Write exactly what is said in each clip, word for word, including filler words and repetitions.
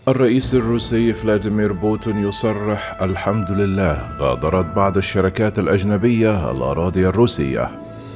الرئيس الروسي فلاديمير بوتين يصرح: الحمد لله، غادرت بعض الشركات الأجنبية الأراضي الروسية.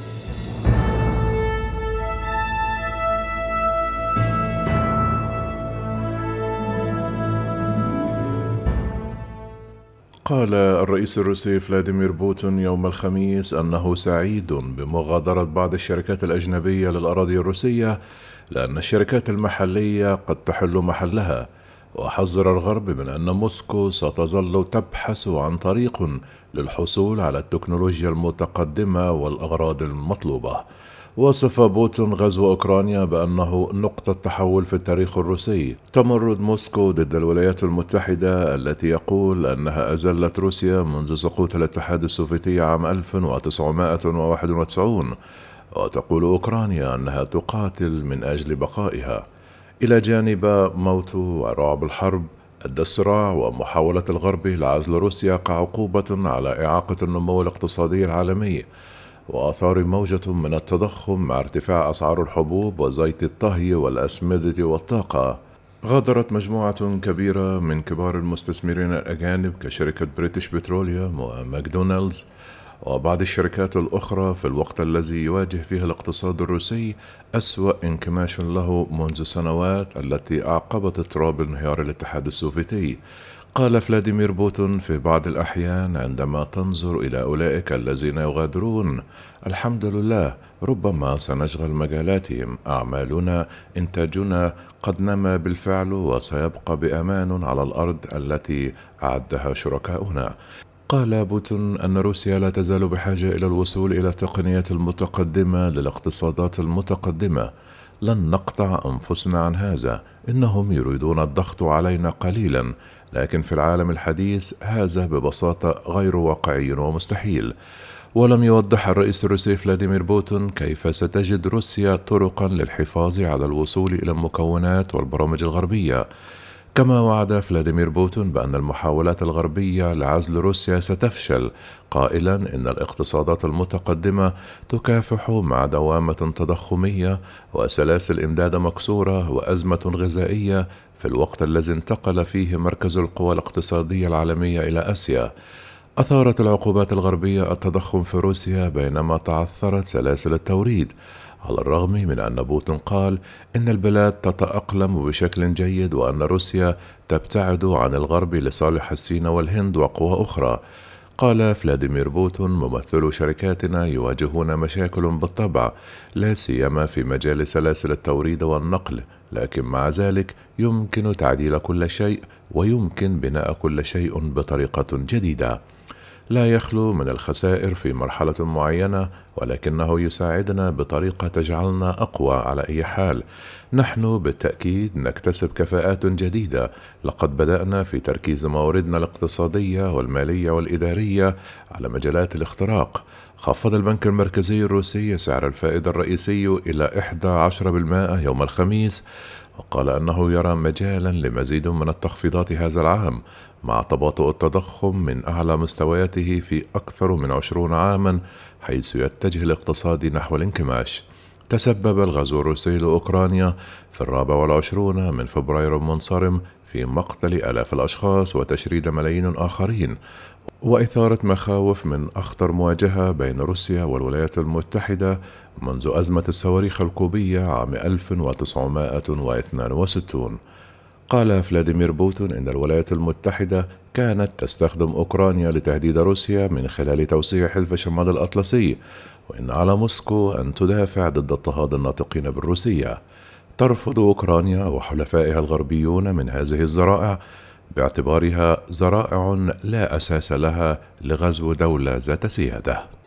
قال الرئيس الروسي فلاديمير بوتين يوم الخميس أنه سعيد بمغادرة بعض الشركات الأجنبية للأراضي الروسية، لأن الشركات المحلية قد تحل محلها. وحذر الغرب من أن موسكو ستظل تبحث عن طريق للحصول على التكنولوجيا المتقدمة والأغراض المطلوبة. وصف بوتين غزو أوكرانيا بأنه نقطة تحول في التاريخ الروسي. تمرد موسكو ضد الولايات المتحدة التي يقول أنها أذلت روسيا منذ سقوط الاتحاد السوفيتي عام ألف وتسعمائة وواحد وتسعين، وتقول أوكرانيا أنها تقاتل من أجل بقائها. إلى جانب موت ورعب الحرب، أدى الصراع ومحاولة الغرب لعزل روسيا كعقوبة على إعاقة النمو الاقتصادي العالمي، وآثار موجة من التضخم مع ارتفاع أسعار الحبوب وزيت الطهي والأسمدة والطاقة. غادرت مجموعة كبيرة من كبار المستثمرين الأجانب كشركة بريتش بتروليوم وماكدونالدز وبعض الشركات الأخرى في الوقت الذي يواجه فيه الاقتصاد الروسي أسوأ انكماش له منذ سنوات التي أعقبت اضطراب انهيار الاتحاد السوفيتي. قال فلاديمير بوتين: في بعض الأحيان عندما تنظر إلى أولئك الذين يغادرون، الحمد لله، ربما سنشغل مجالاتهم، أعمالنا، إنتاجنا قد نما بالفعل وسيبقى بأمان على الأرض التي أعدها شركاؤنا. قال بوتين أن روسيا لا تزال بحاجة إلى الوصول إلى التقنيات المتقدمة للاقتصادات المتقدمة. لن نقطع أنفسنا عن هذا، إنهم يريدون الضغط علينا قليلا، لكن في العالم الحديث هذا ببساطة غير واقعي ومستحيل. ولم يوضح الرئيس الروسي فلاديمير بوتين كيف ستجد روسيا طرقا للحفاظ على الوصول إلى المكونات والبرامج الغربية. كما وعد فلاديمير بوتين بأن المحاولات الغربية لعزل روسيا ستفشل، قائلا إن الاقتصادات المتقدمة تكافح مع دوامة تضخمية وسلاسل إمداد مكسورة وأزمة غذائية في الوقت الذي انتقل فيه مركز القوى الاقتصادية العالمية إلى آسيا. أثارت العقوبات الغربية التضخم في روسيا بينما تعثرت سلاسل التوريد، على الرغم من أن بوتين قال إن البلاد تتأقلم بشكل جيد وأن روسيا تبتعد عن الغرب لصالح الصين والهند وقوى أخرى. قال فلاديمير بوتين: ممثلو شركاتنا يواجهون مشاكل بالطبع، لا سيما في مجال سلاسل التوريد والنقل، لكن مع ذلك يمكن تعديل كل شيء ويمكن بناء كل شيء بطريقة جديدة. لا يخلو من الخسائر في مرحلة معينة، ولكنه يساعدنا بطريقة تجعلنا أقوى على أي حال. نحن بالتأكيد نكتسب كفاءات جديدة. لقد بدأنا في تركيز مواردنا الاقتصادية والمالية والإدارية على مجالات الاختراق. خفض البنك المركزي الروسي سعر الفائدة الرئيسي إلى إحدى عشرة بالمئة يوم الخميس، وقال أنه يرى مجالا لمزيد من التخفيضات هذا العام مع تباطؤ التضخم من أعلى مستوياته في أكثر من عشرين عاما، حيث يتجه الاقتصاد نحو الانكماش. تسبب الغزو الروسي لأوكرانيا في الرابع والعشرون من فبراير المنصرم في مقتل آلاف الأشخاص وتشريد ملايين آخرين، وإثارة مخاوف من أخطر مواجهة بين روسيا والولايات المتحدة منذ أزمة الصواريخ الكوبية عام ألف وتسعمائة واثنين وستين. قال فلاديمير بوتين إن الولايات المتحدة كانت تستخدم أوكرانيا لتهديد روسيا من خلال توسيع حلف شمال الأطلسي، وإن على موسكو أن تدافع ضد اضطهاد الناطقين بالروسية. ترفض أوكرانيا وحلفائها الغربيون من هذه الذرائع باعتبارها ذرائع لا أساس لها لغزو دولة ذات سيادة.